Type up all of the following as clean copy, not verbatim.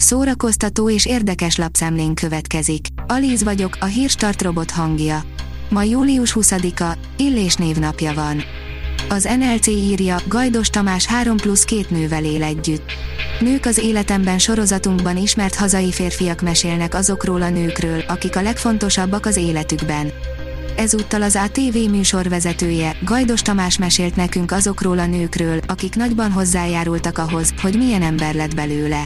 szórakoztató és érdekes lapszemlén következik. Alíz vagyok, a Hírstart robot hangja. Ma július 20-a, Illés névnapja van. Az NLC írja, Gajdos Tamás 3+2 nővel él együtt. Nők az életemben sorozatunkban ismert hazai férfiak mesélnek azokról a nőkről, akik a legfontosabbak az életükben. Ezúttal az ATV műsorvezetője, Gajdos Tamás mesélt nekünk azokról a nőkről, akik nagyban hozzájárultak ahhoz, hogy milyen ember lett belőle.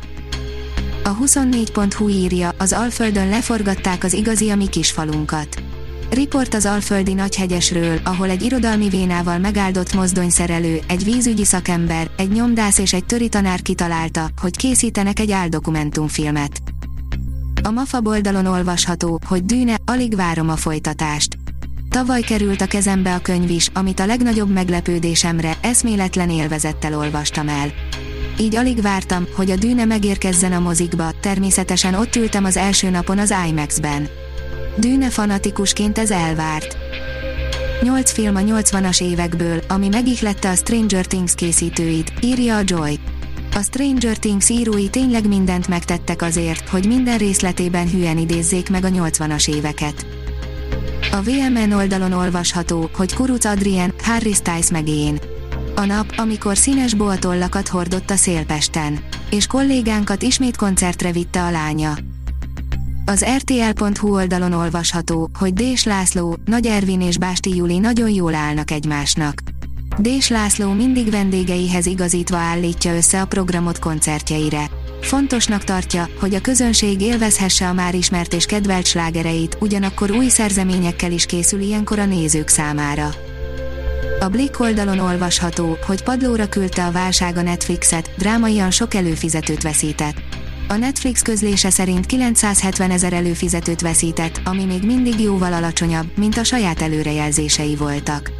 A 24.hu írja, az Alföldön leforgatták az igazi a mi kisfalunkat. Riport az alföldi Nagyhegyesről, ahol egy irodalmi vénával megáldott mozdonyszerelő, egy vízügyi szakember, egy nyomdász és egy töritanár kitalálta, hogy készítenek egy áldokumentumfilmet. A MAFA oldalon olvasható, hogy Dűne, alig várom a folytatást. Tavaly került a kezembe a könyv is, amit a legnagyobb meglepődésemre, eszméletlen élvezettel olvastam el. Így alig vártam, hogy a Dűne megérkezzen a mozikba, természetesen ott ültem az első napon az IMAX-ben. Dűne fanatikusként ez elvárt. 8 film a 80-as évekből, ami megihlette a Stranger Things készítőit, írja a Joy. A Stranger Things írói tényleg mindent megtettek azért, hogy minden részletében hülyen idézzék meg a 80-as éveket. A VMN oldalon olvasható, hogy Kuruc Adrien, Harry Styles meg én. A nap, amikor színes boatollakat hordott a Szélpesten. És kollégánkat ismét koncertre vitte a lánya. Az RTL.hu oldalon olvasható, hogy Dés László, Nagy Ervin és Básti Juli nagyon jól állnak egymásnak. Dés László mindig vendégeihez igazítva állítja össze a programot koncertjeire. Fontosnak tartja, hogy a közönség élvezhesse a már ismert és kedvelt slágereit, ugyanakkor új szerzeményekkel is készül ilyenkor a nézők számára. A Blick oldalon olvasható, hogy padlóra küldte a válság a Netflixet, drámaian sok előfizetőt veszített. A Netflix közlése szerint 970 000 előfizetőt veszített, ami még mindig jóval alacsonyabb, mint a saját előrejelzései voltak.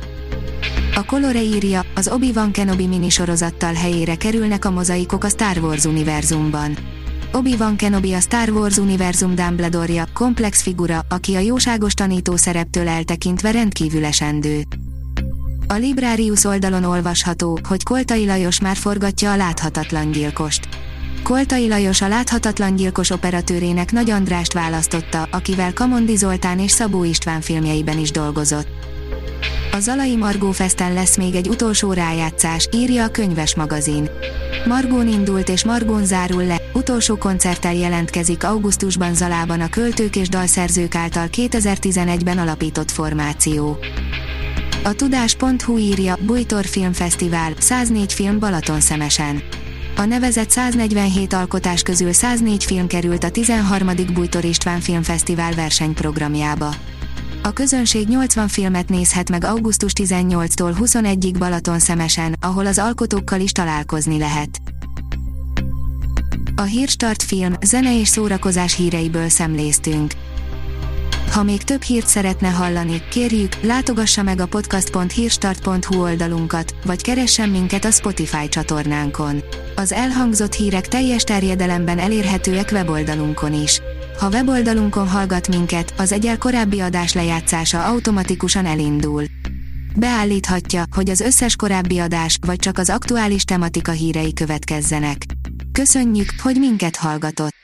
A Colore írja, az Obi-Wan Kenobi minisorozattal helyére kerülnek a mozaikok a Star Wars univerzumban. Obi-Wan Kenobi a Star Wars univerzum Dumbledore-ja, komplex figura, aki a jóságos tanító szereptől eltekintve rendkívül esendő. A Librarius oldalon olvasható, hogy Koltai Lajos már forgatja a Láthatatlan gyilkost. Koltai Lajos a Láthatatlan gyilkos operatőrének Nagy Andrást választotta, akivel Kamondi Zoltán és Szabó István filmjeiben is dolgozott. A Zalai Margó Festen lesz még egy utolsó rájátszás, írja a Könyves magazin. Margón indult és Margón zárul le, utolsó koncerttel jelentkezik augusztusban Zalában a költők és dalszerzők által 2011-ben alapított formáció. A Tudás.hu írja, Bújtor Filmfesztivál, 104 film Balatonszemesen. A nevezett 147 alkotás közül 104 film került a 13. Bújtor István Filmfesztivál versenyprogramjába. A közönség 80 filmet nézhet meg augusztus 18-tól 21-ig Balatonszemesen, ahol az alkotókkal is találkozni lehet. A Hírstart film, zene és szórakozás híreiből szemléztünk. Ha még több hírt szeretne hallani, kérjük, látogassa meg a podcast.hírstart.hu oldalunkat, vagy keressen minket a Spotify csatornánkon. Az elhangzott hírek teljes terjedelemben elérhetőek weboldalunkon is. Ha weboldalunkon hallgat minket, az egyel korábbi adás lejátszása automatikusan elindul. Beállíthatja, hogy az összes korábbi adás, vagy csak az aktuális tematika hírei következzenek. Köszönjük, hogy minket hallgatott!